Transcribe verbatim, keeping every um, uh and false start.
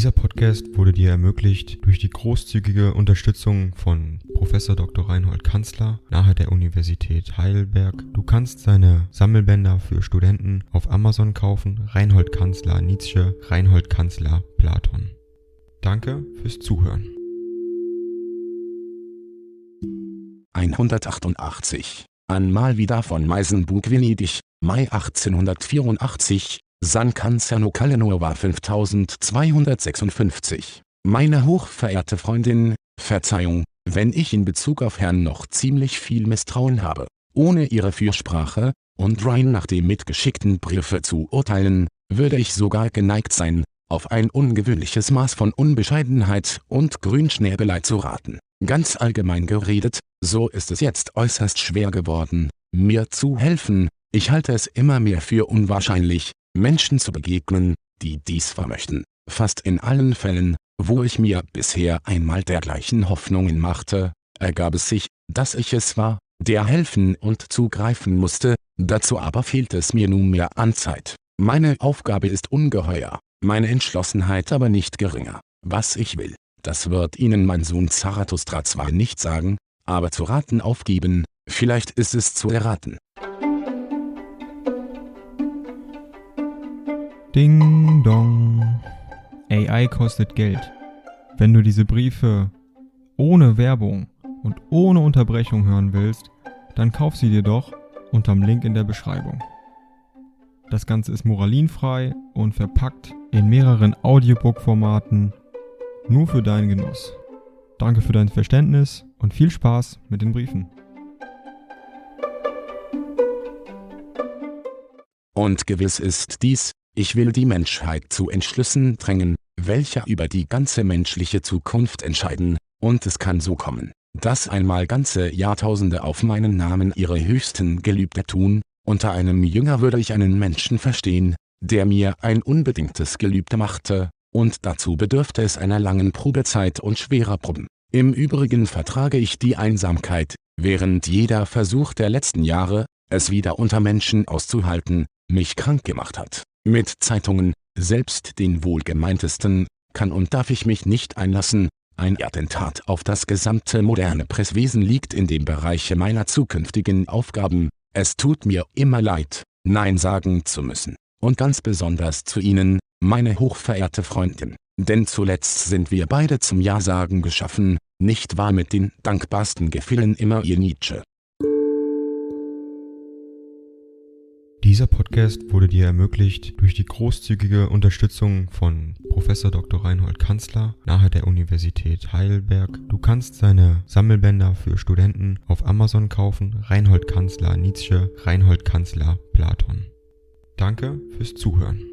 Dieser Podcast wurde dir ermöglicht durch die großzügige Unterstützung von Professor Doktor Reinhold Kanzler nahe der Universität Heidelberg. Du kannst seine Sammelbänder für Studenten auf Amazon kaufen. Reinhold Kanzler Nietzsche, Reinhold Kanzler Platon. Danke fürs Zuhören. hundertachtundachtzig. An Malvida von Meisenbug, Venedig, Mai achtzehnhundertvierundachtzig, San Canzano Calenova fünftausendzweihundertsechsundfünfzig. Meine hochverehrte Freundin, Verzeihung, wenn ich in Bezug auf Herrn noch ziemlich viel Misstrauen habe. Ohne Ihre Fürsprache und rein nach dem mitgeschickten Briefe zu urteilen, würde ich sogar geneigt sein, auf ein ungewöhnliches Maß von Unbescheidenheit und Grünschnäbelei zu raten. Ganz allgemein geredet, so ist es jetzt äußerst schwer geworden, mir zu helfen. Ich halte es immer mehr für unwahrscheinlich, Menschen zu begegnen, die dies vermöchten. Fast in allen Fällen, wo ich mir bisher einmal dergleichen Hoffnungen machte, ergab es sich, dass ich es war, der helfen und zugreifen musste, dazu aber fehlt es mir nunmehr an Zeit. Meine Aufgabe ist ungeheuer, meine Entschlossenheit aber nicht geringer. Was ich will, das wird Ihnen mein Sohn Zarathustra zwar nicht sagen, aber zu raten aufgeben, vielleicht ist es zu erraten. Ding dong. A I kostet Geld. Wenn du diese Briefe ohne Werbung und ohne Unterbrechung hören willst, dann kauf sie dir doch unterm Link in der Beschreibung. Das Ganze ist moralinfrei und verpackt in mehreren Audiobook-Formaten nur für deinen Genuss. Danke für dein Verständnis und viel Spaß mit den Briefen. Und gewiss ist dies, ich will die Menschheit zu Entschlüssen drängen, welche über die ganze menschliche Zukunft entscheiden, und es kann so kommen, dass einmal ganze Jahrtausende auf meinen Namen ihre höchsten Gelübde tun. Unter einem Jünger würde ich einen Menschen verstehen, der mir ein unbedingtes Gelübde machte, und dazu bedürfte es einer langen Probezeit und schwerer Proben. Im Übrigen vertrage ich die Einsamkeit, während jeder Versuch der letzten Jahre, es wieder unter Menschen auszuhalten, mich krank gemacht hat. Mit Zeitungen, selbst den wohlgemeintesten, kann und darf ich mich nicht einlassen. Ein Attentat auf das gesamte moderne Presswesen liegt in dem Bereich meiner zukünftigen Aufgaben. Es tut mir immer leid, Nein sagen zu müssen. Und ganz besonders zu Ihnen, meine hochverehrte Freundin. Denn zuletzt sind wir beide zum Ja-Sagen geschaffen, nicht wahr? Mit den dankbarsten Gefühlen immer Ihr Nietzsche. Dieser Podcast wurde dir ermöglicht durch die großzügige Unterstützung von Professor Doktor Reinhold Kanzler nahe der Universität Heidelberg. Du kannst seine Sammelbänder für Studenten auf Amazon kaufen. Reinhold Kanzler Nietzsche, Reinhold Kanzler Platon. Danke fürs Zuhören.